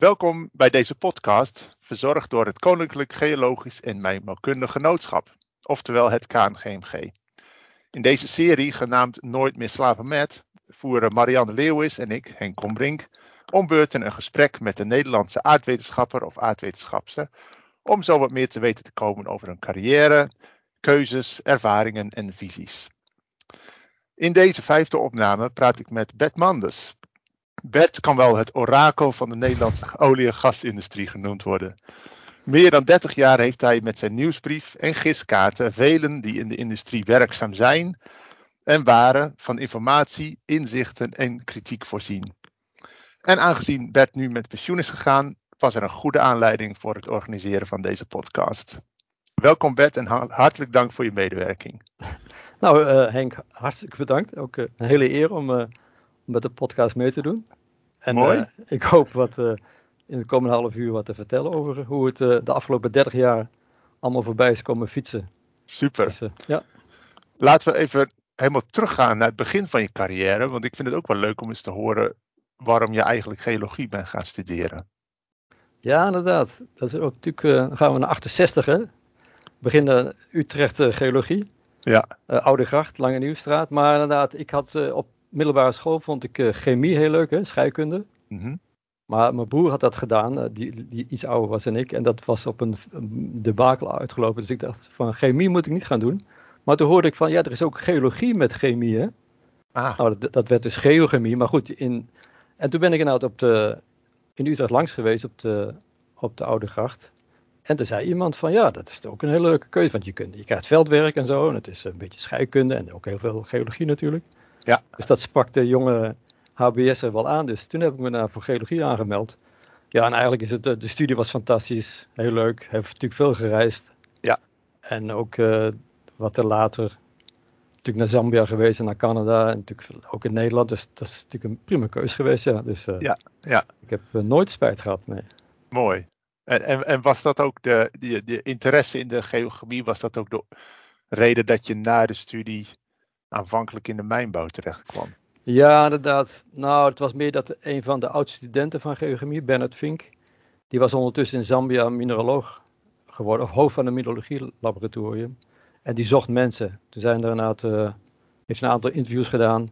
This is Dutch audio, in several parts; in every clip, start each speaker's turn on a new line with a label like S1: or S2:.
S1: Welkom bij deze podcast, verzorgd door het Koninklijk Geologisch en Mijnbouwkundig Genootschap, oftewel het KNGMG. In deze serie, genaamd Nooit meer slapen met, voeren Marianne Leeuwis en ik, Henk Kombrink, om beurten een gesprek met een Nederlandse aardwetenschapper of aardwetenschapster, om zo wat meer te weten te komen over hun carrière, keuzes, ervaringen en visies. In deze 5e opname praat ik met Bert Manders. Bert kan wel het orakel van de Nederlandse olie- en gasindustrie genoemd worden. Meer dan 30 jaar heeft hij met zijn nieuwsbrief en giskaarten velen die in de industrie werkzaam zijn en waren van informatie, inzichten en kritiek voorzien. En aangezien Bert nu met pensioen is gegaan, was er een goede aanleiding voor het organiseren van deze podcast. Welkom Bert en hartelijk dank voor je medewerking.
S2: Nou Henk, hartstikke bedankt. Ook een hele eer om met de podcast mee te doen. En
S1: Mooi.
S2: Ik hoop wat in de komende half uur wat te vertellen over hoe het de afgelopen 30 jaar allemaal voorbij is komen fietsen.
S1: Super.
S2: Dus, ja.
S1: Laten we even helemaal teruggaan naar het begin van je carrière, want ik vind het ook wel leuk om eens te horen waarom je eigenlijk geologie bent gaan studeren.
S2: Ja, inderdaad. Dat is ook natuurlijk, dan gaan we naar 68, hè. Beginnen Utrecht geologie.
S1: Ja.
S2: Oude Gracht, Lange Nieuwstraat. Maar inderdaad, ik had op middelbare school vond ik chemie heel leuk, hè, scheikunde.
S1: Mm-hmm.
S2: Maar mijn broer had dat gedaan, die iets ouder was dan ik. En dat was op een debakel uitgelopen. Dus ik dacht, van chemie moet ik niet gaan doen. Maar toen hoorde ik van, ja, er is ook geologie met chemie, hè. Nou, dat werd dus geochemie. Maar goed, en toen ben ik inderdaad in Utrecht langs geweest op de Oude Gracht. En toen zei iemand van, ja, dat is ook een hele leuke keuze. Want je krijgt veldwerk en zo. En het is een beetje scheikunde en ook heel veel geologie natuurlijk.
S1: Ja.
S2: Dus dat sprak de jonge HBS'er wel aan. Dus toen heb ik me voor geologie aangemeld. Ja, en eigenlijk is het, de studie was fantastisch. Heel leuk. Heb natuurlijk veel gereisd.
S1: Ja.
S2: En ook wat er later natuurlijk naar Zambia geweest en naar Canada. En natuurlijk ook in Nederland. Dus dat is natuurlijk een prima keus geweest, ja. Dus
S1: ja.
S2: Ik heb nooit spijt gehad, nee.
S1: Mooi. En was dat ook de interesse in de geochemie, was dat ook de reden dat je na de studie aanvankelijk in de mijnbouw terecht kwam?
S2: Ja, inderdaad. Nou, het was meer dat een van de oud-studenten van geochemie, Bernard Vink, die was ondertussen in Zambia mineraloog geworden, of hoofd van een mineralogie-laboratorium. En die zocht mensen. Toen zijn er heeft een aantal interviews gedaan.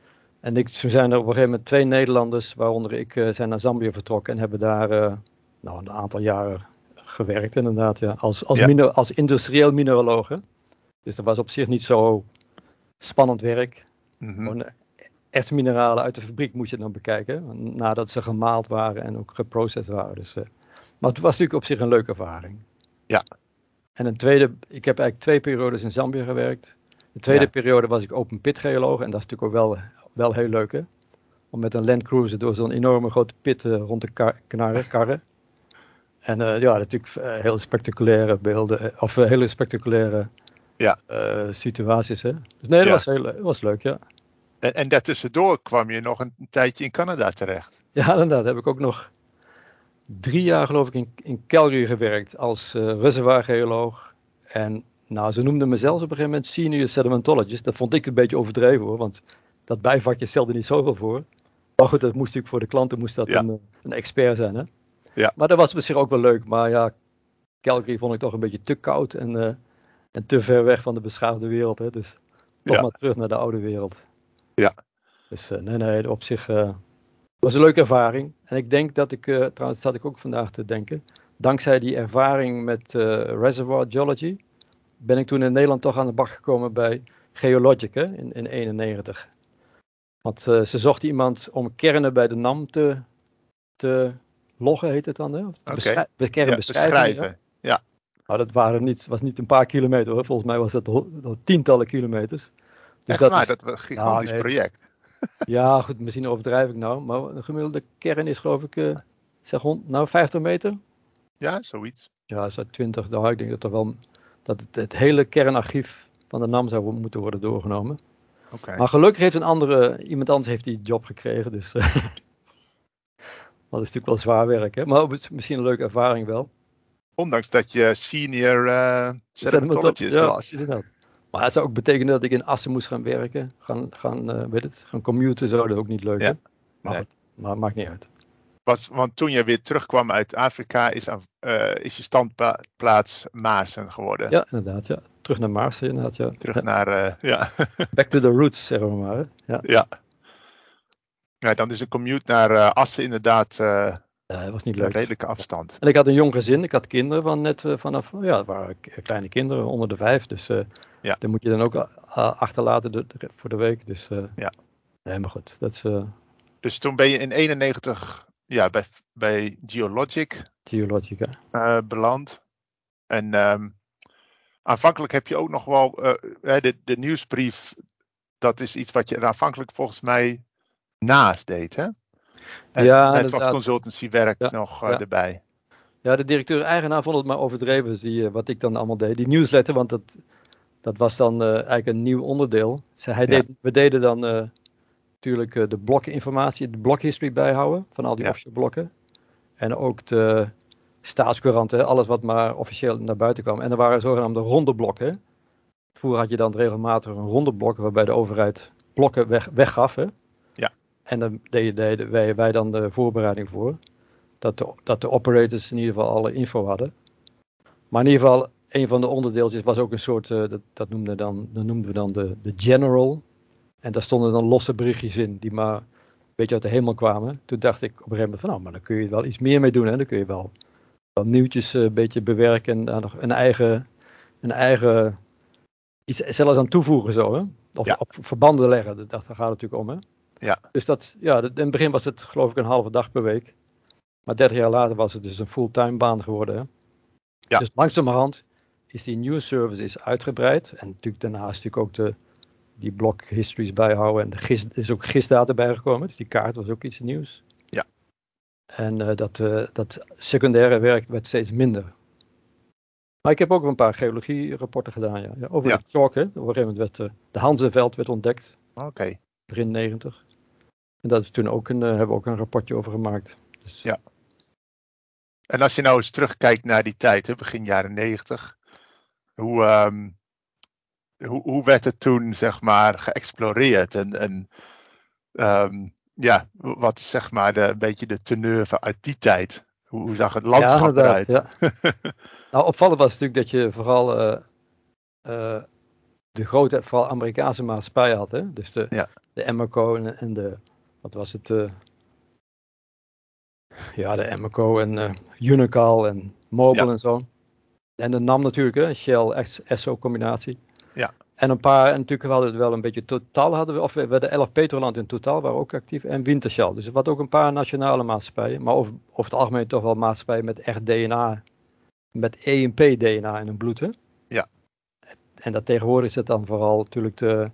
S2: En toen zijn er op een gegeven moment 2 Nederlanders, waaronder ik, zijn naar Zambia vertrokken en hebben daar een aantal jaren gewerkt inderdaad, ja, als industrieel mineraloog. Hè. Dus dat was op zich niet zo spannend werk.
S1: Mm-hmm.
S2: Gewoon echt mineralen uit de fabriek moest je dan bekijken, nadat ze gemaald waren en ook geprocessed waren. Dus, maar het was natuurlijk op zich een leuke ervaring.
S1: Ja.
S2: En ik heb eigenlijk 2 periodes in Zambia gewerkt. De tweede periode was ik open pit geoloog en dat is natuurlijk ook wel heel leuk, hè? Om met een Land Cruiser door zo'n enorme grote pit rond te karren. En natuurlijk heel spectaculaire beelden, of hele spectaculaire situaties, hè? Dus nee, dat was leuk, ja.
S1: En daartussendoor kwam je nog een tijdje in Canada terecht.
S2: Ja, inderdaad. Heb ik ook nog 3 jaar geloof ik in Calgary gewerkt als reservoirgeoloog. En nou, ze noemden me zelfs op een gegeven moment senior sedimentologist. Dat vond ik een beetje overdreven hoor, want dat bijvakje stelde niet zoveel voor. Maar goed, dat moest natuurlijk voor de klanten een expert zijn, hè.
S1: Ja.
S2: Maar dat was op zich ook wel leuk. Maar ja, Calgary vond ik toch een beetje te koud en te ver weg van de beschaafde wereld. Hè. Dus toch maar terug naar de oude wereld.
S1: Ja.
S2: Dus nee, op zich was een leuke ervaring. En ik denk dat trouwens zat ik ook vandaag te denken, dankzij die ervaring met reservoir geology, ben ik toen in Nederland toch aan de bak gekomen bij Geologic in 1991. Want ze zochten iemand om kernen bij de NAM te loggen, heet het dan, hè?
S1: Beschrijven. Ja.
S2: Nou, dat was niet een paar kilometer hoor. Volgens mij was dat tientallen kilometers. Dus
S1: echt waar, dat was een gigantisch project.
S2: Ja, goed, misschien overdrijf ik nou. Maar een gemiddelde kern is geloof ik, 50 meter?
S1: Ja, zoiets.
S2: Ja, zo 20. Nou, ik denk dat het hele kernarchief van de NAM zou moeten worden doorgenomen.
S1: Okay.
S2: Maar gelukkig heeft iemand anders heeft die job gekregen. Dus dat is natuurlijk wel zwaar werk, hè? Maar misschien een leuke ervaring wel.
S1: Ondanks dat je senior sedimentologist was.
S2: Inderdaad. Maar het zou ook betekenen dat ik in Assen moest gaan werken. Gaan commuten zou dat ook niet leuk, hè? Maar goed, maar maakt niet uit.
S1: Want toen je weer terugkwam uit Afrika, is je standplaats Maarsen geworden.
S2: Ja, inderdaad. Ja. Terug naar Maarsen, inderdaad. Ja.
S1: Terug naar, ja.
S2: Back to the roots, zeggen we maar. Hè. Ja.
S1: Ja. Ja, dan is een commute naar Assen inderdaad
S2: Dat was niet
S1: een
S2: leuk.
S1: redelijke afstand.
S2: En ik had een jong gezin. Ik had kinderen van net vanaf... Ja, het waren kleine kinderen, onder de 5. Dus
S1: Ja.
S2: daar moet je dan ook achterlaten voor de week. Dus
S1: Ja.
S2: nee, maar goed. Dat is
S1: Dus toen ben je in 91 bij Geologic
S2: Geologica.
S1: beland. En aanvankelijk heb je ook nog wel de nieuwsbrief. Dat is iets wat je er aanvankelijk volgens mij naast deed, hè? En
S2: Ja,
S1: met wat
S2: inderdaad.
S1: consultancywerk nog erbij.
S2: Ja, de directeur-eigenaar vond het maar overdreven, wat ik dan allemaal deed. Die nieuwsletter, want dat was dan eigenlijk een nieuw onderdeel. We deden dan natuurlijk de blokkeninformatie, de blokhistory bijhouden van al die offshore blokken. En ook de staatscouranten, alles wat maar officieel naar buiten kwam. En er waren zogenaamde ronde blokken. Vroeger had je dan regelmatig een ronde blok waarbij de overheid blokken weggaf. Hè?
S1: Ja.
S2: En dan deden wij dan de voorbereiding voor. Dat de operators in ieder geval alle info hadden. Maar in ieder geval, een van de onderdeeltjes was ook een soort, dat noemden we dan de general. En daar stonden dan losse berichtjes in, die maar een beetje uit de hemel kwamen. Toen dacht ik op een gegeven moment van, nou, maar dan kun je wel iets meer mee doen. Hè? Dan kun je wel nieuwtjes een beetje bewerken en daar nog een eigen iets zelfs aan toevoegen zo. Hè? Of verbanden leggen, daar gaat het natuurlijk om. Hè?
S1: Ja.
S2: Dus in het begin was het geloof ik een halve dag per week. Maar 30 jaar later was het dus een fulltime baan geworden. Hè?
S1: Ja.
S2: Dus langzamerhand is die news service uitgebreid. En natuurlijk daarnaast natuurlijk ook die block histories bijhouden. En er is ook GIS-data bijgekomen. Dus die kaart was ook iets nieuws.
S1: Ja.
S2: En dat secundaire werk werd steeds minder. Maar ik heb ook een paar geologie-rapporten gedaan. Ja. Over de chalk. Hè. Op een gegeven moment werd de Hanzeveld ontdekt.
S1: Oké.
S2: Begin 90. En dat is toen ook hebben we ook een rapportje over gemaakt. Dus,
S1: ja. En als je nou eens terugkijkt naar die tijd, hè, begin jaren 90. Hoe werd het toen, zeg maar, geëxploreerd? En wat is, zeg maar, een beetje de teneur uit die tijd? Hoe zag het landschap eruit?
S2: Ja. Nou, opvallend was natuurlijk dat je vooral de grote, vooral Amerikaanse maatschappij had. Hè? Dus de Emerco en de, wat was het? De Emerco en Unocal en Mobil en zo. En de NAM natuurlijk, hè? Shell-Esso combinatie.
S1: Ja.
S2: En een paar, en natuurlijk hadden we het wel een beetje Total hadden we, of we de 11 Petroland in Total waren ook actief. En Wintershall. Dus er waren ook een paar nationale maatschappijen. Maar over het algemeen toch wel maatschappijen met echt DNA. Met EMP-DNA in hun bloed, hè?
S1: Ja.
S2: En dat tegenwoordig is het dan vooral natuurlijk de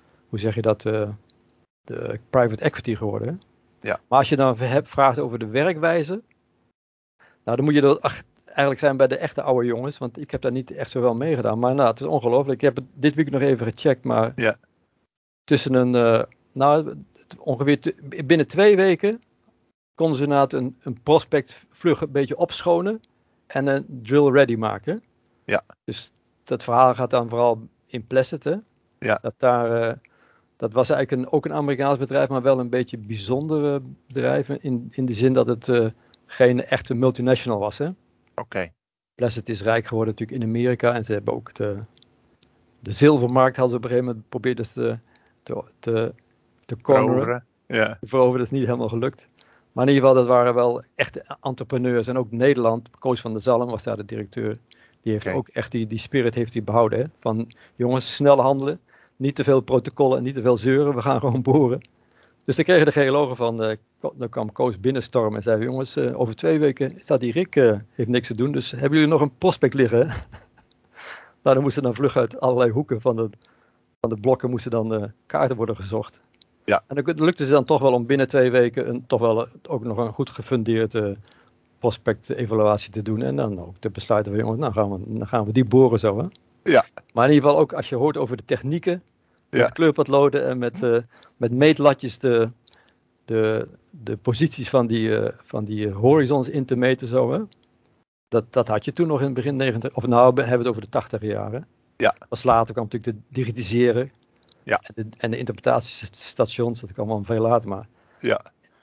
S2: private equity geworden. Hè?
S1: Ja.
S2: Maar als je dan vraagt over de werkwijze, nou dan moet je eigenlijk zijn bij de echte oude jongens, want ik heb daar niet echt zo wel mee gedaan. Maar nou, het is ongelooflijk. Ik heb het dit week nog even gecheckt, maar tussen ongeveer binnen 2 weken konden ze inderdaad een prospect vlug een beetje opschonen en een drill ready maken.
S1: Ja.
S2: Dus dat verhaal gaat dan vooral in Placid, hè?
S1: Ja.
S2: Dat was eigenlijk ook een Amerikaans bedrijf, maar wel een beetje bijzondere bedrijf. In de zin dat het geen echte multinational was.
S1: Oké.
S2: Placid is rijk geworden natuurlijk in Amerika. En ze hebben ook de zilvermarkt hadden ze op een gegeven moment probeerden te corneren.
S1: Ja.
S2: Veroveren, dat is niet helemaal gelukt. Maar in ieder geval, dat waren wel echte entrepreneurs. En ook Nederland, Koos van der Zalm was daar de directeur. Die heeft ook echt die spirit heeft hij behouden. Hè? Van jongens, snel handelen. Niet te veel protocollen en niet te veel zeuren. We gaan gewoon boren. Dus dan kregen de geologen dan kwam Koos binnenstormen en zei: jongens, over 2 weken staat die Rick, heeft niks te doen. Dus hebben jullie nog een prospect liggen? Nou, dan moesten dan vlug uit allerlei hoeken van de blokken moesten dan kaarten worden gezocht.
S1: Ja.
S2: En dan lukte ze dan toch wel om binnen 2 weken ook nog een goed gefundeerde prospect-evaluatie te doen. En dan ook te besluiten van jongens, dan gaan we die boren zo. Hè?
S1: Ja.
S2: Maar in ieder geval ook als je hoort over de technieken. Met kleurpotloden en met meetlatjes de posities van die horizons in te meten zo. Hè? Dat had je toen nog in het begin 90. Of nou hebben we het over de 80 jaren.
S1: Ja.
S2: Pas later kwam natuurlijk de digitaliseren.
S1: Ja.
S2: En de interpretatiestations, dat kwam al veel later maar.
S1: Ja.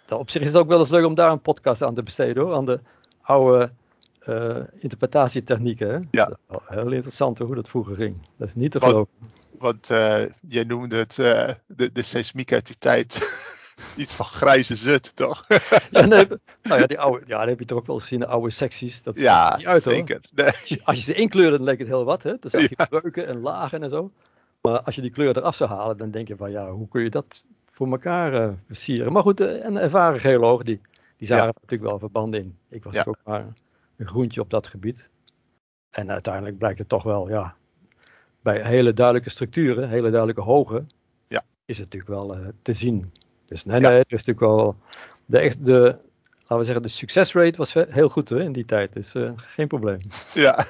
S2: Op zich is het ook wel eens leuk om daar een podcast aan te besteden hoor. Aan de oude interpretatietechnieken. Hè?
S1: Ja.
S2: Dat is wel heel interessant hoe dat vroeger ging. Dat is niet te
S1: Want-
S2: geloven.
S1: Want jij noemde het de seismiek uit die tijd iets van grijze zut, toch?
S2: Ja, nee, nou ja, die oude, ja, dat heb je toch ook wel eens gezien, de oude secties. Dat zag er niet uit hoor.
S1: zeker. Nee.
S2: Als je ze inkleurde, dan leek het heel wat. Hè? Dan zag je
S1: Ja.
S2: breuken en lagen en zo. Maar als je die kleur eraf zou halen, dan denk je van ja, hoe kun je dat voor elkaar versieren? Maar goed, een ervaren geoloog, die zagen er natuurlijk wel verbanden in. Ik was natuurlijk ook maar een groentje op dat gebied. En uiteindelijk blijkt het toch wel, ja, bij hele duidelijke structuren, hele duidelijke hogen, is het natuurlijk wel te zien. Dus nee, er is natuurlijk wel laten we zeggen, de succesrate was heel goed hè, in die tijd. Dus geen probleem.
S1: Ja.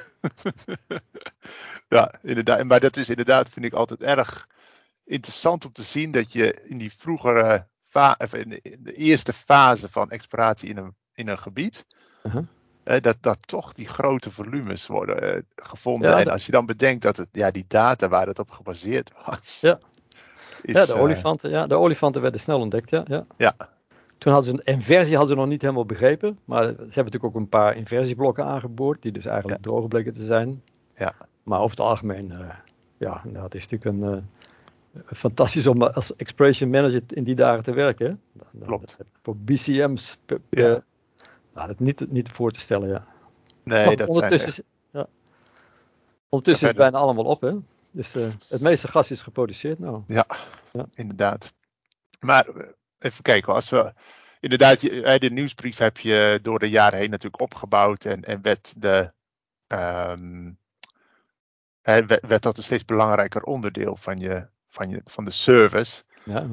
S1: Ja, inderdaad. Maar dat is inderdaad, vind ik altijd erg interessant om te zien dat je in die vroegere in de eerste fase van exploratie in een gebied, dat toch die grote volumes worden gevonden.
S2: Ja,
S1: en als je dan bedenkt dat die data waar het op gebaseerd was.
S2: Ja. De olifanten werden snel ontdekt, ja. Toen hadden ze een inversie nog niet helemaal begrepen. Maar ze hebben natuurlijk ook een paar inversieblokken aangeboord. Die dus eigenlijk droog bleken te zijn.
S1: Ja.
S2: Maar over het algemeen, het is natuurlijk een fantastisch om als exploration manager in die dagen te werken.
S1: Klopt.
S2: Voor BCM's. Dat is niet voor te stellen, ja.
S1: Nee,
S2: maar
S1: dat
S2: ondertussen
S1: zijn
S2: ondertussen is het bijna allemaal op, hè. Dus het meeste gas is geproduceerd nou.
S1: Ja, inderdaad. Maar even kijken, als we inderdaad, de nieuwsbrief heb je door de jaren heen natuurlijk opgebouwd en werd dat een steeds belangrijker onderdeel van de service.
S2: Ja.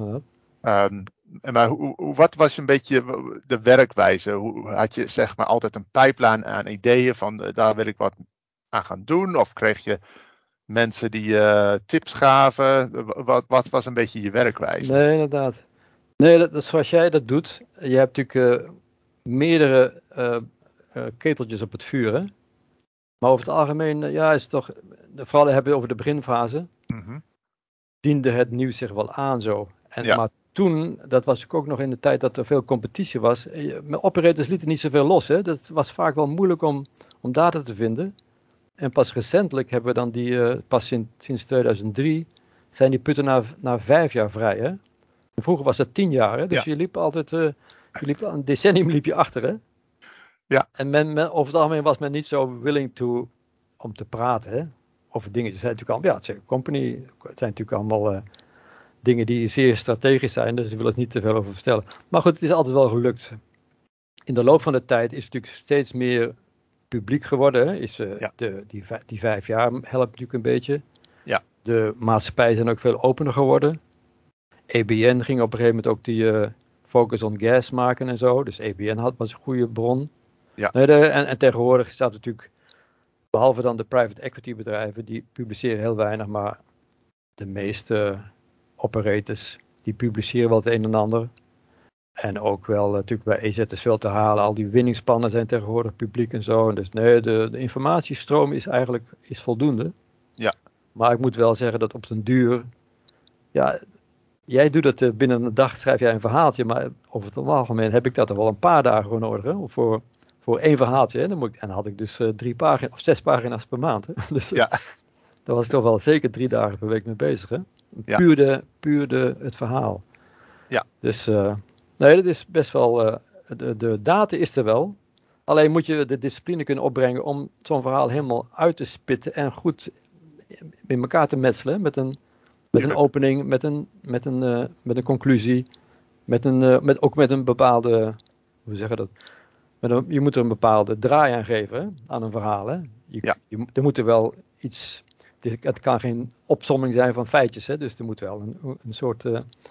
S1: Maar wat was een beetje de werkwijze? Had je zeg maar altijd een pijplijn aan ideeën van daar wil ik wat aan gaan doen? Of kreeg je mensen die tips gaven? Wat was een beetje je werkwijze?
S2: Nee, inderdaad. Nee, dat is zoals jij dat doet. Je hebt natuurlijk meerdere keteltjes op het vuur, hè? Maar over het algemeen, is het toch, vooral hebben we over de beginfase, diende het nieuws zich wel aan zo. Maar toen, dat was ook nog in de tijd dat er veel competitie was, operators lieten niet zoveel los, hè? Dat was vaak wel moeilijk om data te vinden. En pas recentelijk hebben we dan sinds 2003, zijn die putten na 5 jaar vrij, hè? Vroeger was dat 10 jaar, hè? Dus je liep altijd, een decennium liep je achter, hè?
S1: Ja.
S2: En over het algemeen was men niet zo willing om te praten, hè? Over dingen. Het zijn natuurlijk het zijn natuurlijk allemaal dingen die zeer strategisch zijn, dus ik wil het niet te veel over vertellen. Maar goed, het is altijd wel gelukt. In de loop van de tijd is het natuurlijk steeds meer publiek geworden, hè? Die 5 jaar helpt natuurlijk een beetje.
S1: Ja.
S2: De maatschappijen zijn ook veel opener geworden. EBN ging op een gegeven moment ook die focus on gas maken en zo. Dus EBN was een goede bron.
S1: Ja.
S2: En tegenwoordig staat natuurlijk, behalve dan de private equity bedrijven, die publiceren heel weinig, maar de meeste operators, die publiceren wel het een en ander. En ook wel natuurlijk bij EZ is veel te halen. Al die winningspannen zijn tegenwoordig publiek en zo. Dus nee, de informatiestroom is eigenlijk voldoende.
S1: Ja.
S2: Maar ik moet wel zeggen dat op den duur, jij doet het binnen een dag, schrijf jij een verhaaltje, maar over het algemeen heb ik dat er wel een paar dagen voor nodig, hè, voor één verhaaltje. Hè. En dan had ik dus 3 pagina's of 6 pagina's per maand. Hè. Dus daar was ik toch wel zeker 3 dagen per week mee bezig. Hè. Puur het verhaal.
S1: Ja.
S2: Dus nee, dat is best wel, de data is er wel. Alleen moet je de discipline kunnen opbrengen om zo'n verhaal helemaal uit te spitten en goed in elkaar te metselen met een opening, met een conclusie, ook met een bepaalde, hoe zeg je dat? Je moet er een bepaalde draai aan geven, hè, aan een verhaal. Hè. Er moet er wel iets, het kan geen opsomming zijn van feitjes, hè, dus er moet wel een soort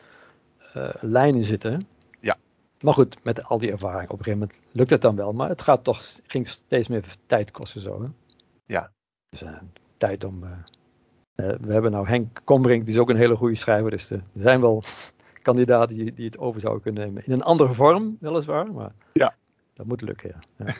S2: lijn in zitten. Hè.
S1: Ja.
S2: Maar goed, met al die ervaring, op een gegeven moment lukt het dan wel, maar het ging steeds meer tijd kosten zo. Hè.
S1: Ja.
S2: Dus tijd om... we hebben nou Henk Kombrink, die is ook een hele goede schrijver. Dus er zijn wel kandidaten die het over zouden kunnen nemen. In een andere vorm, weliswaar. Maar dat moet lukken, ja.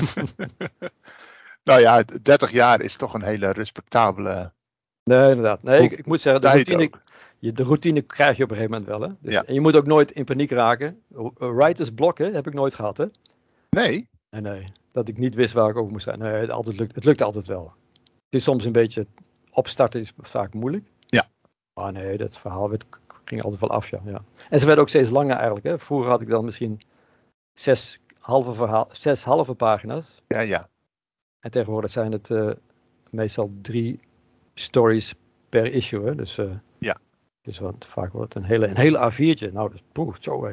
S1: Nou ja, 30 jaar is toch een hele respectabele...
S2: Nee, inderdaad. Nee, ik moet zeggen, de routine... de routine krijg je op een gegeven moment wel. Hè? Dus,
S1: Ja.
S2: En je moet ook nooit in paniek raken. Writer's block, hè, heb ik nooit gehad. Hè?
S1: Nee?
S2: Nee, dat ik niet wist waar ik over moest zijn. Nee, het lukt altijd wel. Het is soms een beetje, opstarten is vaak moeilijk.
S1: Ja.
S2: Maar nee, dat verhaal ging altijd wel af, ja. En ze werden ook steeds langer eigenlijk. Hè. Vroeger had ik dan misschien 6 halve pagina's.
S1: Ja.
S2: En tegenwoordig zijn het meestal 3 stories per issue. Hè. Dus,
S1: Ja.
S2: dus vaak wordt het een hele A4'tje. Nou, dat zo.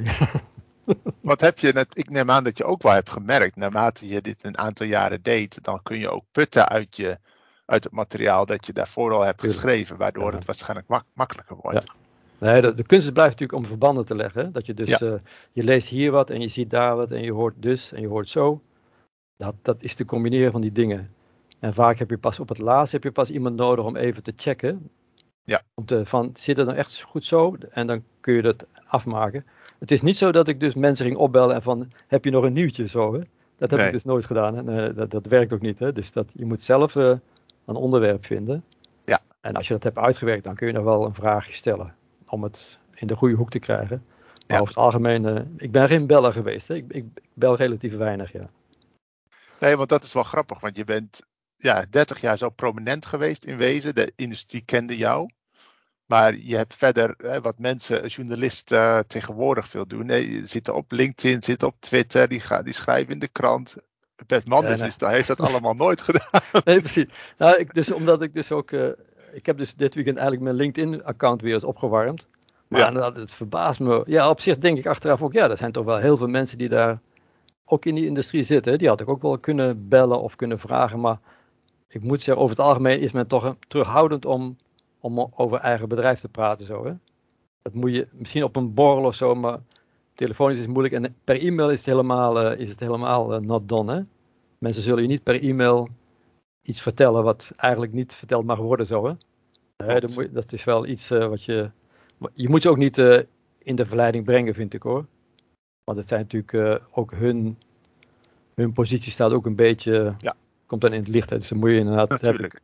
S1: Wat heb je net? Ik neem aan dat je ook wel hebt gemerkt, naarmate je dit een aantal jaren deed, dan kun je ook putten uit het materiaal dat je daarvoor al hebt geschreven, waardoor het waarschijnlijk makkelijker wordt.
S2: Ja. Nee, de kunst blijft natuurlijk om verbanden te leggen. Hè? Dat je dus, je leest hier wat en je ziet daar wat en je hoort dus en je hoort zo. Dat is te combineren van die dingen. En vaak heb je pas op het laatst iemand nodig om even te checken.
S1: Ja.
S2: Zit het nou echt goed zo? En dan kun je dat afmaken. Het is niet zo dat ik dus mensen ging opbellen en van, heb je nog een nieuwtje zo? Hè? Dat heb ik dus nooit gedaan. Hè? Nee, dat werkt ook niet. Hè? Dus je moet zelf een onderwerp vinden.
S1: Ja.
S2: En als je dat hebt uitgewerkt, dan kun je nog wel een vraagje stellen. Om het in de goede hoek te krijgen. Maar over het algemeen, ik ben geen beller geweest. Hè? Ik bel relatief weinig, ja.
S1: Nee, want dat is wel grappig, want je bent 30 jaar zo prominent geweest in wezen. De industrie kende jou. Maar je hebt verder, wat mensen, journalisten tegenwoordig veel doen. Je zitten op LinkedIn, zitten op Twitter, die schrijven in de krant. Bert Manders heeft dat allemaal nooit gedaan.
S2: Nee, precies. Nou, omdat ik dus ook... ik heb dus dit weekend eigenlijk mijn LinkedIn-account weer eens opgewarmd. Maar het verbaast me. Ja, op zich denk ik achteraf ook, er zijn toch wel heel veel mensen die daar ook in die industrie zitten. Die had ik ook wel kunnen bellen of kunnen vragen. Maar ik moet zeggen, over het algemeen is men toch terughoudend om over eigen bedrijf te praten. Zo, hè? Dat moet je misschien op een borrel of zo, maar telefonisch is het moeilijk. En per e-mail is het helemaal not done. Hè? Mensen zullen je niet per e-mail iets vertellen wat eigenlijk niet verteld mag worden. Zo, hè? Nee, dat is wel iets wat je... Je moet ze ook niet in de verleiding brengen, vind ik hoor. Want het zijn natuurlijk ook hun positie staat ook een beetje... Komt dan in het licht. Hè? Dus dan moet je inderdaad...
S1: Natuurlijk.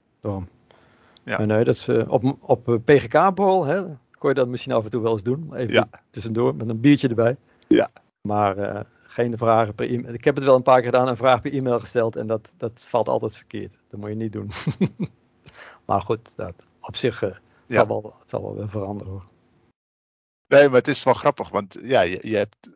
S2: Nee, dat is op PGK-borrel, hè, kon je dat misschien af en toe wel eens doen. Even tussendoor, met een biertje erbij.
S1: Ja.
S2: Maar geen vragen per e-mail. Ik heb het wel een paar keer gedaan, een vraag per e-mail gesteld. En dat valt altijd verkeerd. Dat moet je niet doen. Maar goed, op zich het zal wel weer veranderen hoor.
S1: Nee, maar het is wel grappig, want je hebt...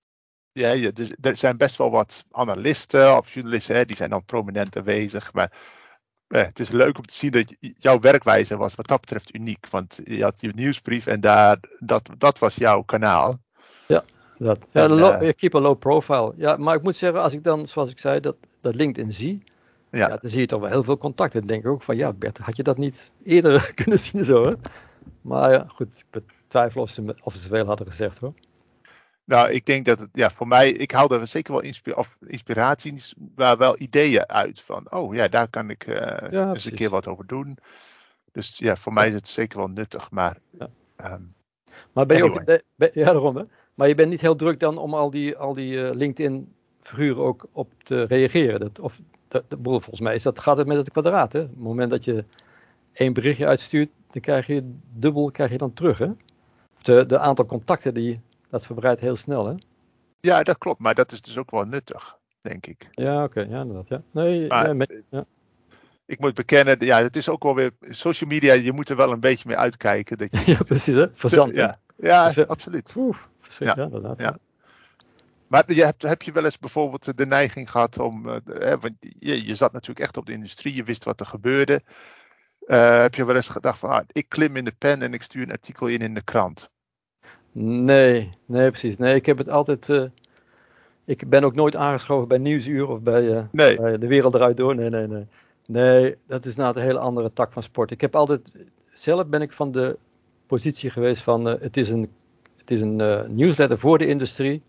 S1: dus er zijn best wel wat analisten of journalisten, die zijn dan prominent aanwezig. Maar het is leuk om te zien dat jouw werkwijze was wat dat betreft uniek. Want je had je nieuwsbrief en dat was jouw kanaal.
S2: Ja, keep a low profile. Ja, maar ik moet zeggen, als ik dan, zoals ik zei, dat LinkedIn zie, dan zie je toch wel heel veel contacten. Dan denk ik ook van, Bert, had je dat niet eerder kunnen zien zo, hè? Maar goed, ik betwijfel of ze veel hadden gezegd, hoor.
S1: Nou, ik denk dat het, voor mij, ik haal er zeker wel inspiraties, maar wel ideeën uit van, daar kan ik eens een keer wat over doen. Dus voor mij is het zeker wel nuttig, maar...
S2: Maar ben je ook... daarom, hè? Maar je bent niet heel druk dan om al die LinkedIn-figuren ook op te reageren. Volgens mij gaat het met het kwadraat, hè? Op het moment dat je 1 berichtje uitstuurt, dan krijg je dan terug, hè? Of de aantal contacten, dat verbreidt heel snel, hè?
S1: Ja, dat klopt, maar dat is dus ook wel nuttig, denk ik.
S2: Ja, oké, inderdaad, ja. Nee,
S1: ik moet bekennen, het is ook wel weer social media, je moet er wel een beetje mee uitkijken. Dat je,
S2: ja, precies, hè? Verzand, hè?
S1: Ja, absoluut.
S2: Inderdaad. Ja.
S1: Maar heb je wel eens bijvoorbeeld de neiging gehad om, want je zat natuurlijk echt op de industrie, je wist wat er gebeurde. Heb je wel eens gedacht van, ik klim in de pen en ik stuur een artikel in de krant?
S2: Nee, precies. Nee, ik heb het altijd... ik ben ook nooit aangeschoven bij Nieuwsuur of bij De Wereld Draait Door. Nee. Nee, dat is nou een hele andere tak van sport. Ik heb altijd... Zelf ben ik van de positie geweest van... het is een nieuwsletter voor de industrie.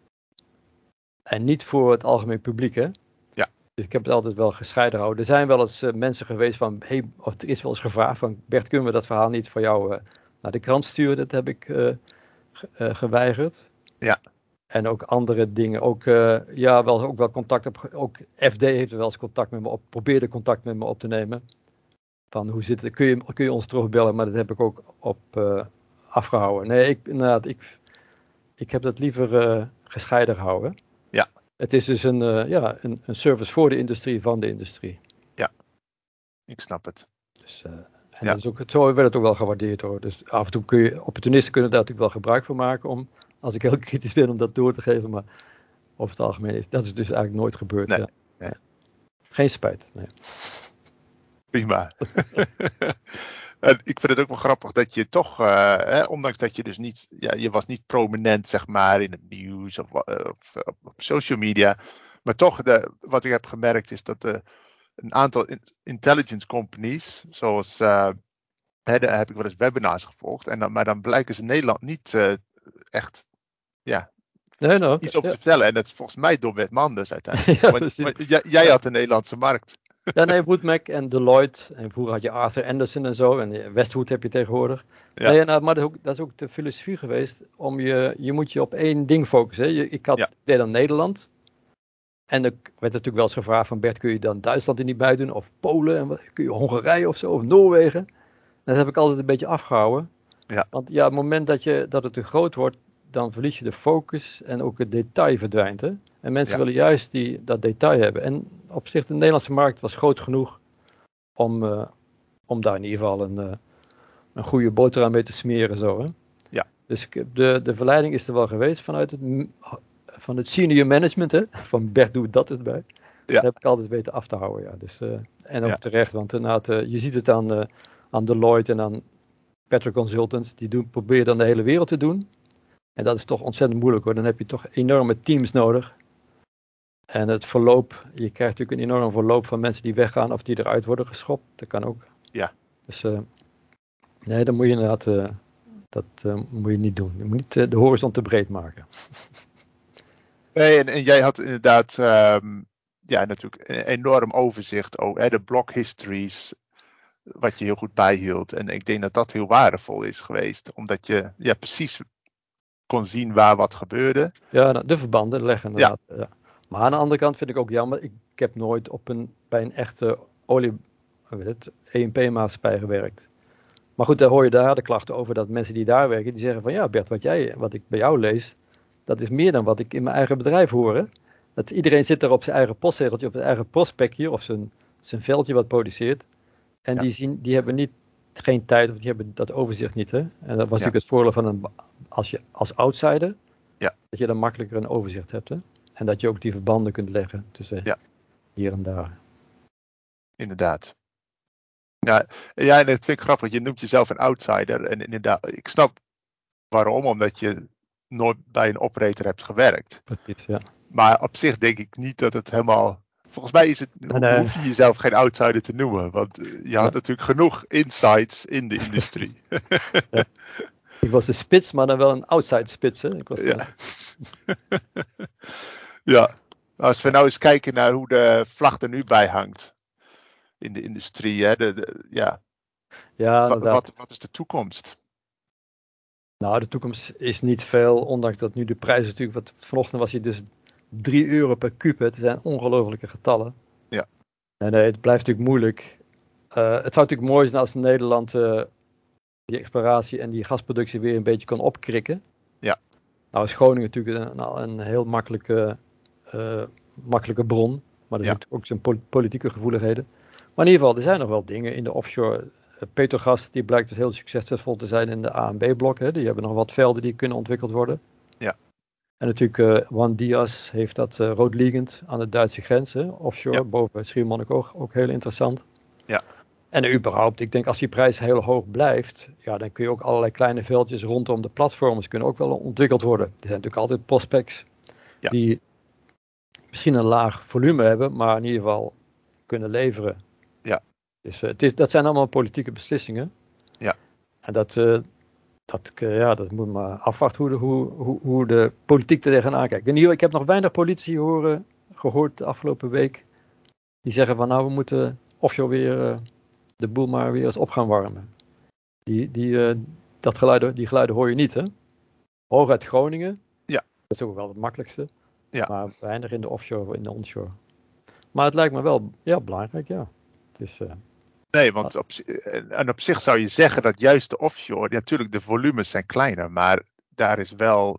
S2: En niet voor het algemeen publiek, hè?
S1: Ja.
S2: Dus ik heb het altijd wel gescheiden gehouden. Er zijn wel eens mensen geweest van... of er is wel eens gevraagd van... Bert, kunnen we dat verhaal niet voor jou naar de krant sturen? Dat heb ik geweigerd.
S1: Ja.
S2: En ook andere dingen. Ook wel contact op. Ook FD heeft wel eens contact met me op. Probeerde contact met me op te nemen. Van hoe zit het? Kun je ons terugbellen? Maar dat heb ik ook afgehouden. Nee, ik heb dat liever gescheiden gehouden.
S1: Ja.
S2: Het is dus een service voor de industrie van de industrie.
S1: Ja, ik snap het.
S2: Dus, dat is ook, zo werd het ook wel gewaardeerd hoor. Dus af en toe opportunisten kunnen daar natuurlijk wel gebruik van maken om, als ik heel kritisch ben, om dat door te geven. Maar over het algemeen is dat dus eigenlijk nooit gebeurd.
S1: Nee,
S2: Ja.
S1: nee.
S2: Geen spijt. Nee.
S1: Prima. En ik vind het ook wel grappig dat je toch, ondanks dat je dus niet, je was niet prominent zeg maar in het nieuws of op social media, maar toch wat ik heb gemerkt is dat een aantal intelligence companies, zoals, daar heb ik wel eens webinars gevolgd, maar dan blijken ze in Nederland niet echt, iets over te vertellen. En dat is volgens mij door Wet Manders uiteindelijk.
S2: Ja,
S1: want jij had de Nederlandse markt.
S2: Ja, nee, Woodmac en Deloitte. En vroeger had je Arthur Andersen en zo. En Westwood heb je tegenwoordig.
S1: Ja.
S2: Nee, maar dat is ook de filosofie geweest. Je moet je op één ding focussen. Hè. Ik deed dan Nederland. En er werd natuurlijk wel eens gevraagd van Bert, kun je dan Duitsland er niet bij doen? Of Polen? En kun je Hongarije of zo? Of Noorwegen? Dat heb ik altijd een beetje afgehouden.
S1: Ja.
S2: Want op het moment dat het te groot wordt, dan verlies je de focus en ook het detail verdwijnt. Hè? En mensen willen juist dat detail hebben. En op zich, de Nederlandse markt was groot genoeg om daar in ieder geval een goede boterham mee te smeren. Zo, hè?
S1: Ja.
S2: Dus de verleiding is er wel geweest van het senior management. Hè? Van Bert, doe dat erbij. Ja. Dat heb ik altijd weten af te houden. Ja. Dus, en ook terecht, want inderdaad, je ziet het aan Deloitte en aan Petra Consultants. Die proberen dan de hele wereld te doen. En dat is toch ontzettend moeilijk hoor. Dan heb je toch enorme teams nodig. En het verloop, je krijgt natuurlijk een enorm verloop van mensen die weggaan of die eruit worden geschopt. Dat kan ook.
S1: Ja.
S2: Dus nee, dan moet je inderdaad, dat moet je niet doen. Je moet niet de horizon te breed maken.
S1: Nee, en jij had inderdaad natuurlijk een enorm overzicht over de block histories, wat je heel goed bijhield. En ik denk dat dat heel waardevol is geweest, omdat je precies kon zien waar wat gebeurde.
S2: Ja, de verbanden leggen inderdaad. Ja. Maar aan de andere kant vind ik ook jammer, ik heb nooit bij een echte E&P-maatschappij gewerkt. Maar goed, daar hoor je de klachten over dat mensen die daar werken, die zeggen van ja Bert, wat ik bij jou lees, dat is meer dan wat ik in mijn eigen bedrijf hoor. Hè? Dat iedereen zit daar op zijn eigen postzegeltje, op zijn eigen prospectje of zijn veldje wat produceert. En die hebben geen tijd of die hebben dat overzicht niet. Hè? En dat was natuurlijk het voordeel van als je als outsider, dat je dan makkelijker een overzicht hebt. Hè? En dat je ook die verbanden kunt leggen tussen hier en daar.
S1: Inderdaad. Ja, en dat vind ik grappig. Je noemt jezelf een outsider. En inderdaad, ik snap waarom. Omdat je nooit bij een operator hebt gewerkt.
S2: Precies, ja.
S1: Maar op zich denk ik niet dat het helemaal... Volgens mij hoef je jezelf geen outsider te noemen. Want je had natuurlijk genoeg insights in de industrie.
S2: Ja. Ik was de spits, maar dan wel een outside spits. Hè?
S1: Ja. Als we nou eens kijken naar hoe de vlag er nu bij hangt. In de industrie. Hè? Wat is de toekomst?
S2: Nou, de toekomst is niet veel. Ondanks dat nu de prijs natuurlijk... Vanochtend was hij dus €3 per kuub. Het zijn ongelofelijke getallen.
S1: Ja.
S2: En het blijft natuurlijk moeilijk. Het zou natuurlijk mooi zijn als Nederland die exploratie en die gasproductie weer een beetje kan opkrikken.
S1: Ja.
S2: Nou is Groningen natuurlijk een heel makkelijke bron. Maar dat heeft ook zijn politieke gevoeligheden. Maar in ieder geval, er zijn nog wel dingen in de offshore. Petrogas, die blijkt dus heel succesvol te zijn in de A en B-blokken. Die hebben nog wat velden die kunnen ontwikkeld worden.
S1: Ja.
S2: En natuurlijk, Juan Diaz heeft dat Roodliegend aan de Duitse grens, offshore, boven Schiermonnikoog, ook heel interessant.
S1: Ja.
S2: En überhaupt, ik denk als die prijs heel hoog blijft, dan kun je ook allerlei kleine veldjes rondom de platforms kunnen ook wel ontwikkeld worden. Er zijn natuurlijk altijd prospects die misschien een laag volume hebben, maar in ieder geval kunnen leveren.
S1: Ja.
S2: Dus dat zijn allemaal politieke beslissingen.
S1: Ja.
S2: En dat moet maar afwachten hoe de politiek er tegenaan kijkt. Ik heb nog weinig politici gehoord de afgelopen week die zeggen van nou we moeten offshore weer de boel maar weer eens op gaan warmen. Die geluiden hoor je niet, hè? Hoog uit Groningen.
S1: Ja.
S2: Dat is ook wel het makkelijkste.
S1: Ja.
S2: Maar weinig in de offshore, in de onshore. Maar het lijkt me wel belangrijk, ja. Het is,
S1: Nee, want op zich zou je zeggen dat juist de offshore, natuurlijk de volumes zijn kleiner, maar daar is wel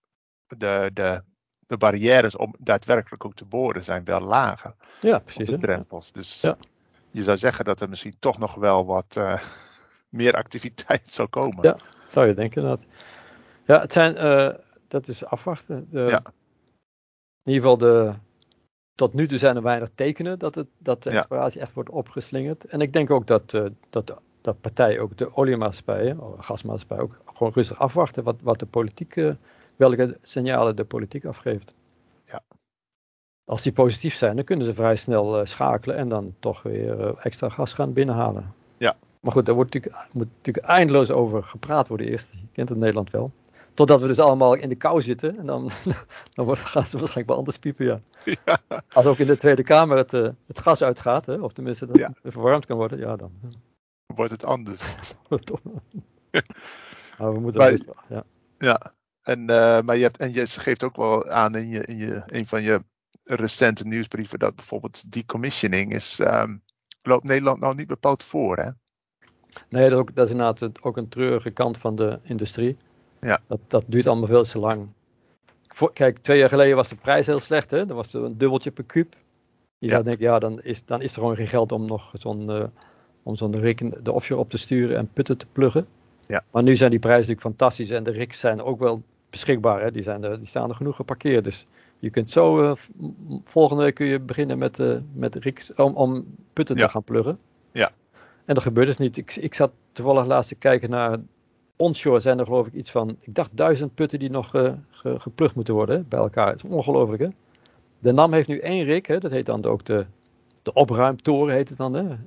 S1: de barrières om daadwerkelijk ook te boren zijn wel lager.
S2: Ja,
S1: Op
S2: precies.
S1: de drempels. Dus
S2: Ja.
S1: je zou zeggen dat er misschien toch nog wel wat meer activiteit zou komen.
S2: Ja, zou je denken inderdaad. Ja, het zijn, dat is afwachten.
S1: Ja.
S2: In ieder geval, tot nu toe zijn er weinig tekenen dat de
S1: Ja.
S2: exploratie echt wordt opgeslingerd. En ik denk ook dat partijen, ook de oliemaatschappijen, gasmaatschappijen, ook gewoon rustig afwachten wat de politiek, welke signalen de politiek afgeeft.
S1: Ja.
S2: Als die positief zijn, dan kunnen ze vrij snel schakelen en dan toch weer extra gas gaan binnenhalen.
S1: Ja.
S2: Maar goed, daar moet natuurlijk eindeloos over gepraat worden eerst. Je kent het in Nederland wel. Totdat we dus allemaal in de kou zitten. En dan gaan ze waarschijnlijk wel anders piepen, ja.
S1: Ja.
S2: Als ook in de Tweede Kamer het gas uitgaat, hè, of tenminste dat het verwarmd kan worden, ja dan.
S1: Wordt het anders.
S2: Maar we moeten dus, ja.
S1: Ja. Maar je geeft ook wel aan in een van je recente nieuwsbrieven dat bijvoorbeeld decommissioning loopt Nederland nou niet bepaald voor, hè?
S2: Nee, dat is inderdaad ook een treurige kant van de industrie.
S1: Ja.
S2: Dat duurt allemaal veel te lang. Kijk, 2 jaar geleden was de prijs heel slecht, hè? Dan was er een dubbeltje per kuub. Je zou denken, ja, dan is er gewoon geen geld om nog zo'n rig de offshore op te sturen en putten te pluggen.
S1: Ja.
S2: Maar nu zijn die prijzen natuurlijk fantastisch en de rigs zijn ook wel beschikbaar. Hè? Die staan er genoeg geparkeerd. Dus je kunt zo, volgende week kun je beginnen met rigs om putten te gaan pluggen.
S1: Ja.
S2: En dat gebeurt dus niet. Ik zat toevallig laatst te kijken naar onshore zijn er geloof ik iets van, ik dacht 1000 putten die nog geplucht moeten worden, hè, bij elkaar. Het is ongelooflijk, hè. De NAM heeft nu 1 rig, hè, dat heet dan ook de opruimtoren heet het dan, hè,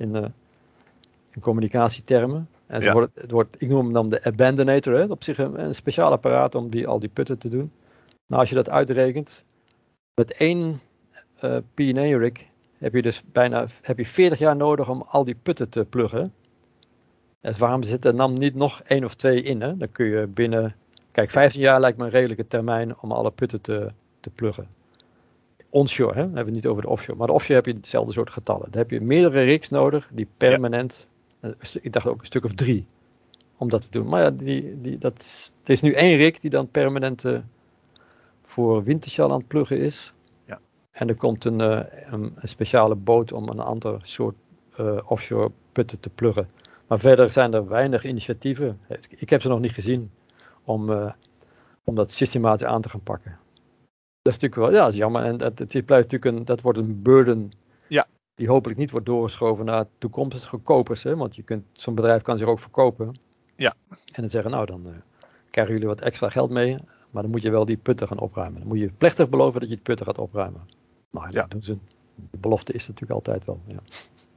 S2: in communicatietermen. En ik noem hem dan de abandonator, hè, op zich een speciaal apparaat om al die putten te doen. Nou, als je dat uitrekent, met 1 P&A rig heb je dus heb je 40 jaar nodig om al die putten te pluggen. Dus waarom zit er NAM niet nog 1 of 2 in? Hè? Dan kun je binnen, kijk, 15 jaar lijkt me een redelijke termijn om alle putten te pluggen. Onshore, hè? Dan hebben we het niet over de offshore. Maar de offshore heb je hetzelfde soort getallen. Dan heb je meerdere rigs nodig die permanent, ik dacht ook een stuk of 3, om dat te doen. Maar ja, het is nu 1 rig die dan permanent voor Wintershall aan het pluggen is.
S1: Ja.
S2: En er komt een speciale boot om een ander soort offshore putten te pluggen. Maar verder zijn er weinig initiatieven. Ik heb ze nog niet gezien om dat systematisch aan te gaan pakken. Dat is natuurlijk wel, ja, dat is jammer. En het blijft natuurlijk dat wordt een burden die hopelijk niet wordt doorgeschoven naar toekomstige kopers. Hè? Want zo'n bedrijf kan zich ook verkopen.
S1: Ja.
S2: En dan zeggen, nou dan krijgen jullie wat extra geld mee. Maar dan moet je wel die putten gaan opruimen. Dan moet je plechtig beloven dat je die putten gaat opruimen. Nou, dat doen ze. De belofte is natuurlijk altijd wel. Ja.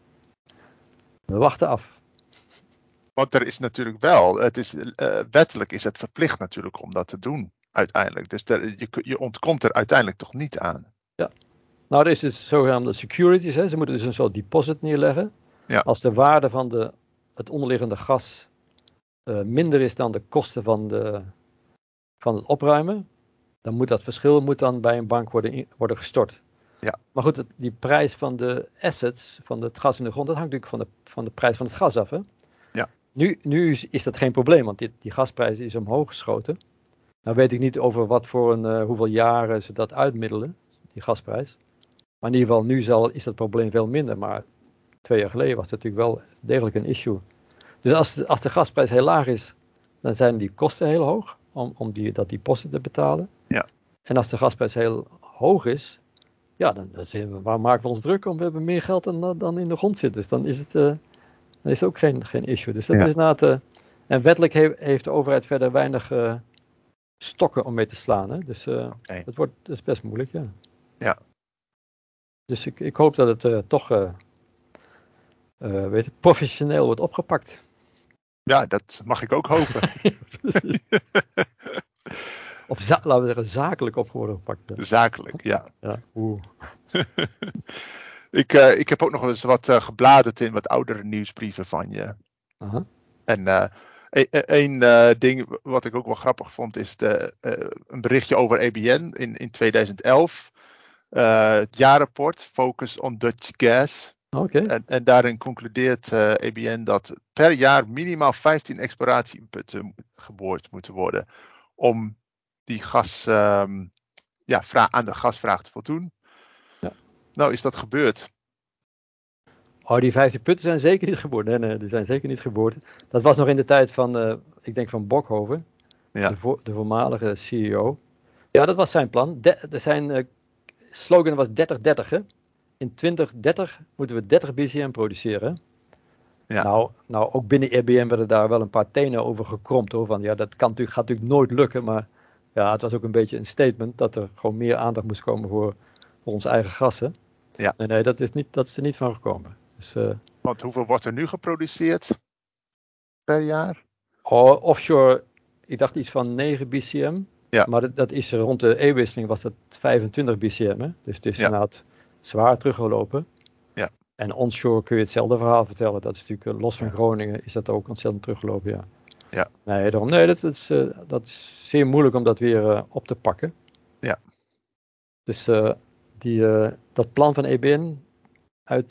S2: We wachten af.
S1: Want er is natuurlijk wel, wettelijk is het verplicht natuurlijk om dat te doen uiteindelijk. Dus je ontkomt er uiteindelijk toch niet aan.
S2: Ja. Nou, er is dus zogenaamde securities. Hè. Ze moeten dus een soort deposit neerleggen.
S1: Ja.
S2: Als de waarde van het onderliggende gas minder is dan de kosten van het opruimen, dan moet dat verschil dan bij een bank worden gestort.
S1: Ja.
S2: Maar goed, die prijs van de assets, van het gas in de grond, dat hangt natuurlijk van de prijs van het gas af. Hè?
S1: Ja.
S2: Nu is dat geen probleem, want die gasprijs is omhoog geschoten. Nou weet ik niet over hoeveel jaren ze dat uitmiddelen, die gasprijs. Maar in ieder geval, nu is dat probleem veel minder. Maar 2 jaar geleden was dat natuurlijk wel degelijk een issue. Dus als de gasprijs heel laag is, dan zijn die kosten heel hoog om dat deposit te betalen.
S1: Ja.
S2: En als de gasprijs heel hoog is, ja, dan waar maken we ons druk om? We hebben meer geld dan in de grond zit. Dus dan is het ook geen issue. Dus dat is inderdaad. En wettelijk heeft de overheid verder weinig stokken om mee te slaan. Hè? Dus dat is best moeilijk, ja.
S1: Ja.
S2: Dus ik hoop dat het toch professioneel wordt opgepakt.
S1: Ja, dat mag ik ook hopen.
S2: Of laten we zeggen, zakelijk opgepakt.
S1: Zakelijk, ja. Ik heb ook nog eens wat gebladerd in wat oudere nieuwsbrieven van je.
S2: Uh-huh.
S1: En één ding wat ik ook wel grappig vond is een berichtje over ABN in 2011. Het jaarrapport, Focus on Dutch Gas.
S2: Oké.
S1: En daarin concludeert ABN dat per jaar minimaal 15 exploratieputten geboord moeten worden om die aan de gasvraag te voldoen.
S2: Ja.
S1: Nou is dat gebeurd.
S2: Oh, die 15 putten zijn zeker niet geboord. Nee, die zijn zeker niet geboord. Dat was nog in de tijd van, ik denk van Bokhoven,
S1: Ja.
S2: de voormalige CEO. Ja, dat was zijn plan. Zijn slogan was 30-30. In 2030 moeten we 30 BCM produceren.
S1: Ja.
S2: Nou, ook binnen IBM werden daar wel een paar tenen over gekromd hoor. Van ja, gaat natuurlijk nooit lukken. Maar ja, het was ook een beetje een statement dat er gewoon meer aandacht moest komen voor onze eigen gassen.
S1: Ja.
S2: Nee, dat is er niet van gekomen. Dus,
S1: want hoeveel wordt er nu geproduceerd per jaar?
S2: Offshore, ik dacht iets van 9 BCM.
S1: Ja.
S2: Maar dat is rond de eeuwwisseling was dat 25 BCM. Hè? Dus het is inderdaad zwaar teruggelopen.
S1: Ja.
S2: En onshore kun je hetzelfde verhaal vertellen. Dat is natuurlijk los van Groningen is dat ook ontzettend teruggelopen. Ja.
S1: Ja.
S2: Nee, daarom. Nee, dat is zeer moeilijk om dat weer op te pakken.
S1: Ja.
S2: Dus dat plan van EBN uit,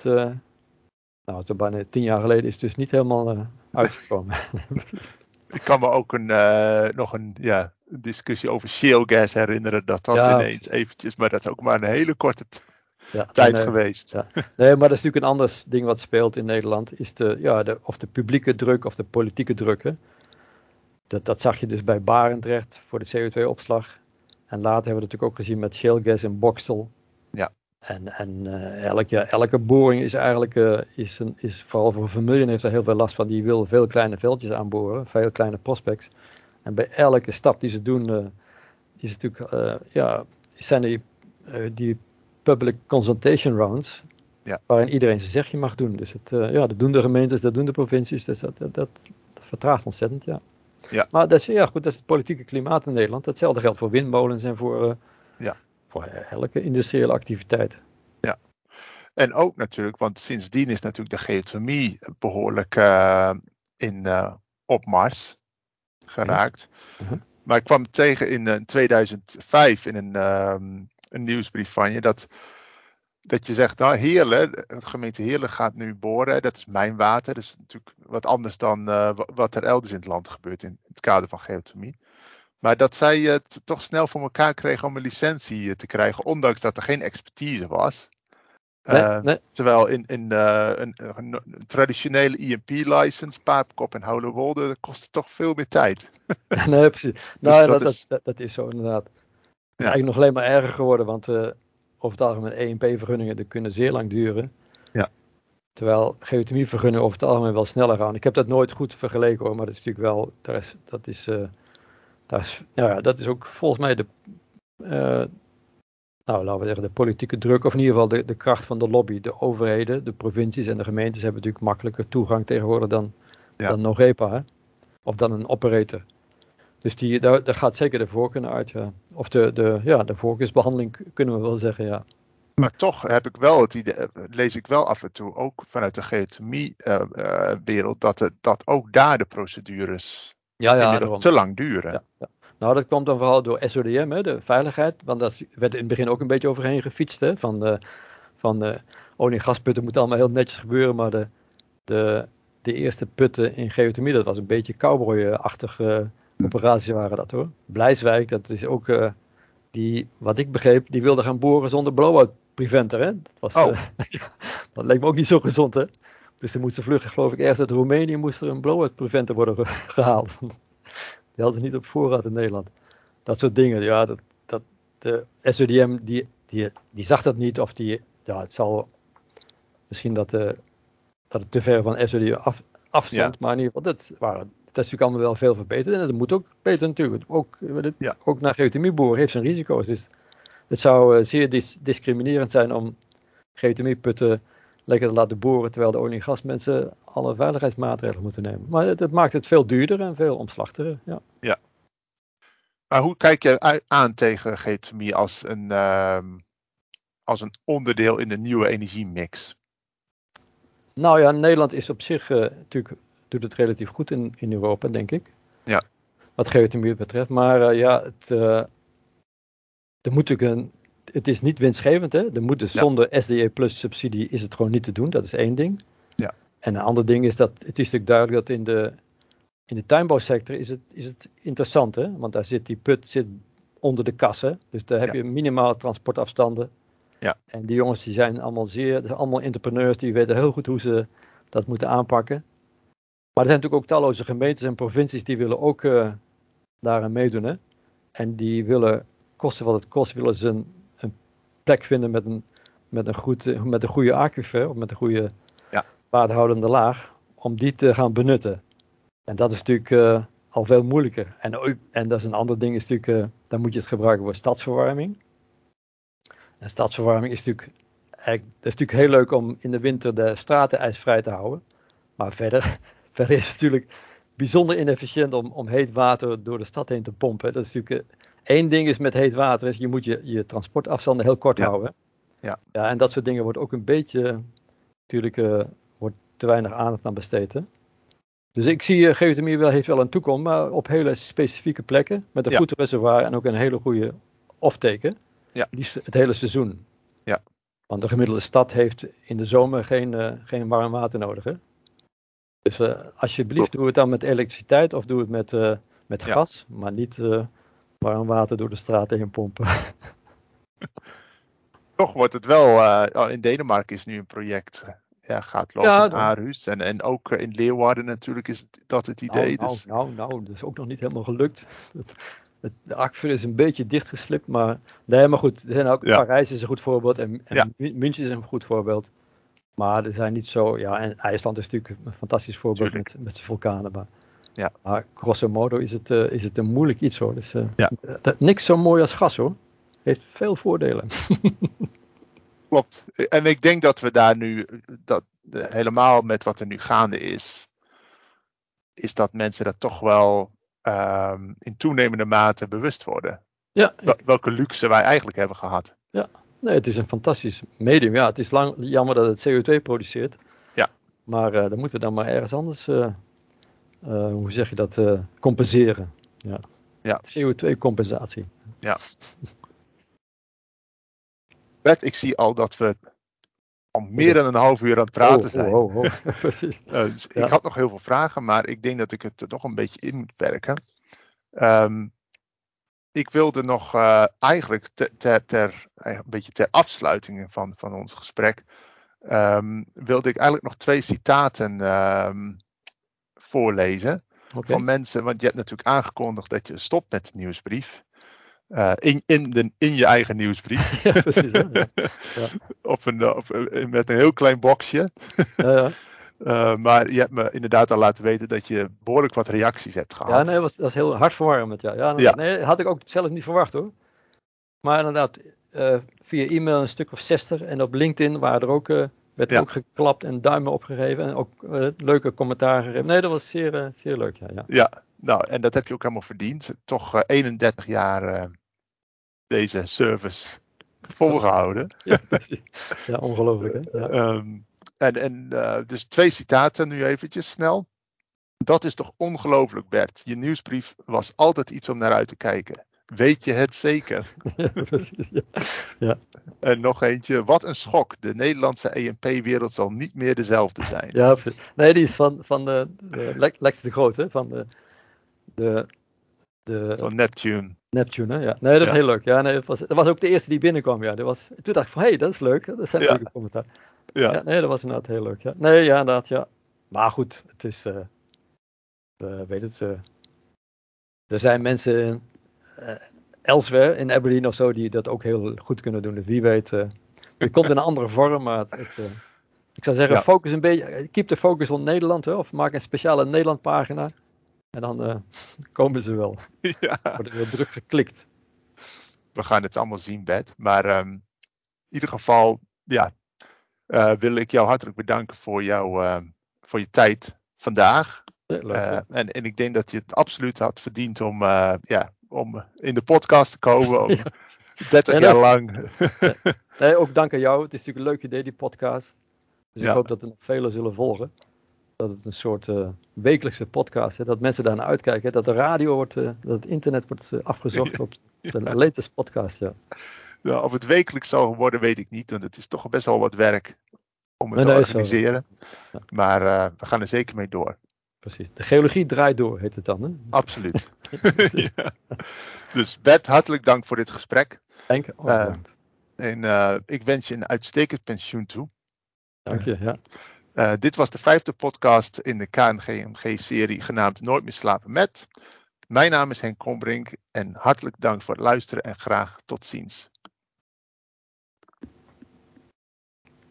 S2: zo bijna 10 jaar geleden is dus niet helemaal uitgekomen.
S1: Ik kan me ook nog een discussie over shale gas herinneren. Dat ineens eventjes, maar dat is ook maar een hele korte tijd geweest.
S2: Ja. Nee, maar dat is natuurlijk een ander ding wat speelt in Nederland. Is of de publieke druk of de politieke druk. Hè. Dat zag je dus bij Barendrecht voor de CO2-opslag. En later hebben we het natuurlijk ook gezien met shale gas in Boxtel.
S1: Ja.
S2: En elke boring is eigenlijk, is vooral voor Vermilion heeft er heel veel last van. Die wil veel kleine veldjes aanboren, veel kleine prospects. En bij elke stap die ze doen, is het natuurlijk, zijn die public consultation rounds, waarin iedereen zijn zegje mag doen. Dus dat doen de gemeentes, dat doen de provincies, dus dat vertraagt ontzettend, ja.
S1: Ja.
S2: Maar dat is het politieke klimaat in Nederland. Hetzelfde geldt voor windmolens en voor elke industriële activiteit.
S1: Ja, en ook natuurlijk, want sindsdien is natuurlijk de geothermie behoorlijk in opmars geraakt.
S2: Uh-huh.
S1: Maar ik kwam tegen in 2005 in een nieuwsbrief van je dat je zegt, nou Heerlen, de gemeente Heerlen gaat nu boren, dat is mijnwater, dat is natuurlijk wat anders dan wat er elders in het land gebeurt in het kader van geothermie. Maar dat zij het toch snel voor elkaar kregen om een licentie te krijgen, ondanks dat er geen expertise was.
S2: Nee.
S1: Terwijl in een traditionele EMP-license, Papekop en Houderwolde, dat kost toch veel meer tijd.
S2: Nee, precies.
S1: Dus
S2: dat is zo inderdaad. Het is eigenlijk nog alleen maar erger geworden, want over het algemeen EMP-vergunningen die kunnen zeer lang duren. Ja. Terwijl geothermie-vergunningen over het algemeen wel sneller gaan. Ik heb dat nooit goed vergeleken hoor, maar dat is natuurlijk wel, dat is ook volgens mij laten we zeggen de politieke druk, of in ieder geval de kracht van de lobby. De overheden, de provincies en de gemeentes hebben natuurlijk makkelijker toegang tegenwoordig dan NOREPA, hè? Of dan een operator. Dus daar gaat zeker de voorkeur uit, ja. Of de voorkeursbehandeling kunnen we wel zeggen, ja.
S1: Maar toch heb ik wel het idee, lees ik wel af en toe, ook vanuit de geothermie-wereld, dat ook daar de procedures te lang duren.
S2: Ja. Nou, dat komt dan vooral door SODM, hè, de veiligheid. Want dat werd in het begin ook een beetje overheen gefietst. Hè, van olie- en gasputten moet allemaal heel netjes gebeuren. Maar de eerste putten in geothermie, dat was een beetje cowboy-achtige operaties waren dat hoor. Blijswijk, dat is ook, wat ik begreep, die wilde gaan boren zonder blowout preventer. Hè? Dat leek me ook niet zo gezond hè. Dus er moest vlug, geloof ik, ergens uit Roemenië moest er een blowout preventer worden gehaald. Die hadden ze niet op voorraad in Nederland. Dat soort dingen, ja. De SODM, die zag dat niet. Of het zal misschien dat het te ver van SODM afstond. Ja. Maar in ieder geval, dat is natuurlijk allemaal wel veel verbeterd. En dat moet ook beter natuurlijk. Ook naar geothermieboren heeft zijn risico's. Dus het zou zeer discriminerend zijn om geothermieputten lekker te laten boren, terwijl de olie- en gasmensen alle veiligheidsmaatregelen moeten nemen. Maar het maakt het veel duurder en veel omslachtiger. Ja.
S1: Maar hoe kijk je aan tegen geothermie als een onderdeel in de nieuwe energiemix?
S2: Nou ja, Nederland is op zich natuurlijk doet het relatief goed in Europa, denk ik.
S1: Ja.
S2: Wat geothermie betreft. Maar er moet natuurlijk het is niet winstgevend. Hè?
S1: Ja.
S2: Zonder SDE Plus subsidie is het gewoon niet te doen. Dat is één ding.
S1: Ja.
S2: En een ander ding is dat het is natuurlijk duidelijk dat in de tuinbouwsector is het interessant. Hè? Want daar zit die put zit onder de kassen. Dus daar heb je minimale transportafstanden.
S1: Ja.
S2: En die jongens die zijn allemaal entrepreneurs. Die weten heel goed hoe ze dat moeten aanpakken. Maar er zijn natuurlijk ook talloze gemeentes en provincies die willen ook daaraan meedoen. Hè? En die willen, koste wat het kost, willen ze een plek vinden met een goede aquifer, of met een goede waterhoudende laag, om die te gaan benutten. En dat is natuurlijk al veel moeilijker. En dat is een ander ding, is natuurlijk, dan moet je het gebruiken voor stadsverwarming. En stadsverwarming is natuurlijk heel leuk om in de winter de straten ijsvrij te houden. Maar verder is het natuurlijk bijzonder inefficiënt om heet water door de stad heen te pompen. Dat is natuurlijk één ding is met heet water, is je moet je transportafstanden heel kort houden.
S1: Ja.
S2: Ja, en dat soort dingen wordt ook een beetje, natuurlijk, wordt te weinig aandacht aan besteed. Hè? Dus ik zie geothermie heeft wel een toekomst, maar op hele specifieke plekken, met een goed reservoir en ook een hele goede offtake.
S1: Ja.
S2: Liefst het hele seizoen.
S1: Ja.
S2: Want de gemiddelde stad heeft in de zomer geen warm water nodig. Hè? Dus alsjeblieft doe het dan met elektriciteit of doe het met gas, maar niet warm water door de straat heen pompen.
S1: Toch wordt het wel, in Denemarken is nu een project gaat lopen in Aarhus. En ook in Leeuwarden natuurlijk is dat het idee.
S2: Dat is ook nog niet helemaal gelukt. De aquifer is een beetje dichtgeslipt, maar goed. Er zijn ook, Parijs is een goed voorbeeld en München is een goed voorbeeld. Maar er zijn niet zo, en IJsland is natuurlijk een fantastisch voorbeeld met zijn vulkanen. Maar grosso modo is het een moeilijk iets hoor. Dus, niks zo mooi als gas hoor. Heeft veel voordelen.
S1: Klopt. En ik denk dat we daar nu, helemaal met wat er nu gaande is dat mensen dat toch wel in toenemende mate bewust worden.
S2: Ja,
S1: welke luxe wij eigenlijk hebben gehad.
S2: Ja, nee, het is een fantastisch medium. Ja, het is jammer dat het CO2 produceert. Ja. Maar dan moeten we dan maar ergens anders, hoe zeg je dat, compenseren. Ja. CO2-compensatie.
S1: Ja. Bert, ik zie al dat we al meer dan een half uur aan het praten zijn.
S2: Precies.
S1: Dus ik had nog heel veel vragen, maar ik denk dat ik het er nog een beetje in moet werken. Ik wilde nog eigenlijk een beetje ter afsluiting van ons gesprek, wilde ik eigenlijk nog 2 citaten voorlezen van mensen. Want je hebt natuurlijk aangekondigd dat je stopt met de nieuwsbrief. In je eigen nieuwsbrief.
S2: Ja, precies. Hè?
S1: Met een heel klein boxje. Maar je hebt me inderdaad al laten weten dat je behoorlijk wat reacties hebt gehad.
S2: Ja, nee, dat was heel hartverwarmend. Nee, had ik ook zelf niet verwacht hoor. Maar inderdaad, via e-mail een stuk of 60 en op LinkedIn werd er ook geklapt en duimen opgegeven en ook leuke commentaren gegeven. Nee, dat was zeer, zeer leuk.
S1: Ja, nou, en dat heb je ook helemaal verdiend. Toch 31 jaar deze service volgehouden.
S2: Ja, precies. Ja, ongelooflijk hè. Ja.
S1: Dus 2 citaten nu eventjes snel. Dat is toch ongelooflijk, Bert. Je nieuwsbrief was altijd iets om naar uit te kijken. Weet je het zeker?
S2: Ja, precies. Ja.
S1: En nog eentje. Wat een schok. De Nederlandse EMP-wereld zal niet meer dezelfde zijn.
S2: Ja, precies. Nee, die is van Lex de Groot, hè? Van
S1: Neptune.
S2: Neptune, hè? Ja. Nee, dat is heel leuk. Ja, nee, dat was ook de eerste die binnenkwam. Ja. Toen dacht ik van, dat is leuk. Dat zijn leuke commentaar. Ja. Nee, dat was inderdaad heel leuk. Ja. Nee, ja, inderdaad, ja. Maar goed, het is, weet het, er zijn mensen elsewhere in Aberdeen of zo die dat ook heel goed kunnen doen. Dus wie weet, het komt in een andere vorm, maar ik zou zeggen, focus een beetje, keep the focus on Nederland, hè, of maak een speciale Nederland pagina. En dan komen ze wel. Ja. Wordt heel druk geklikt.
S1: We gaan het allemaal zien, Bert. Maar in ieder geval, wil ik jou hartelijk bedanken voor je tijd vandaag. En ik denk dat je het absoluut had verdiend om in de podcast te komen. Om 30 jaar lang.
S2: Nee, ook dank aan jou. Het is natuurlijk een leuk idee, die podcast. Dus ik hoop dat er nog velen zullen volgen. Dat het een soort wekelijkse podcast is. Dat mensen daar naar uitkijken. Dat de radio wordt, dat het internet wordt afgezocht op de latest podcast. Ja.
S1: Ja, of het wekelijks zal worden, weet ik niet. Want het is toch best wel wat werk om het te
S2: Nee,
S1: organiseren.
S2: Ja.
S1: Maar we gaan er zeker mee door.
S2: Precies. De geologie draait door, heet het dan. Hè?
S1: Absoluut. Ja. Dus Bert, hartelijk dank voor dit gesprek.
S2: Bedankt.
S1: En ik wens je een uitstekend pensioen toe.
S2: Dank je, ja.
S1: Dit was de 5e podcast in de KNGMG-serie genaamd Nooit meer slapen met. Mijn naam is Henk Kombrink en hartelijk dank voor het luisteren en graag tot ziens.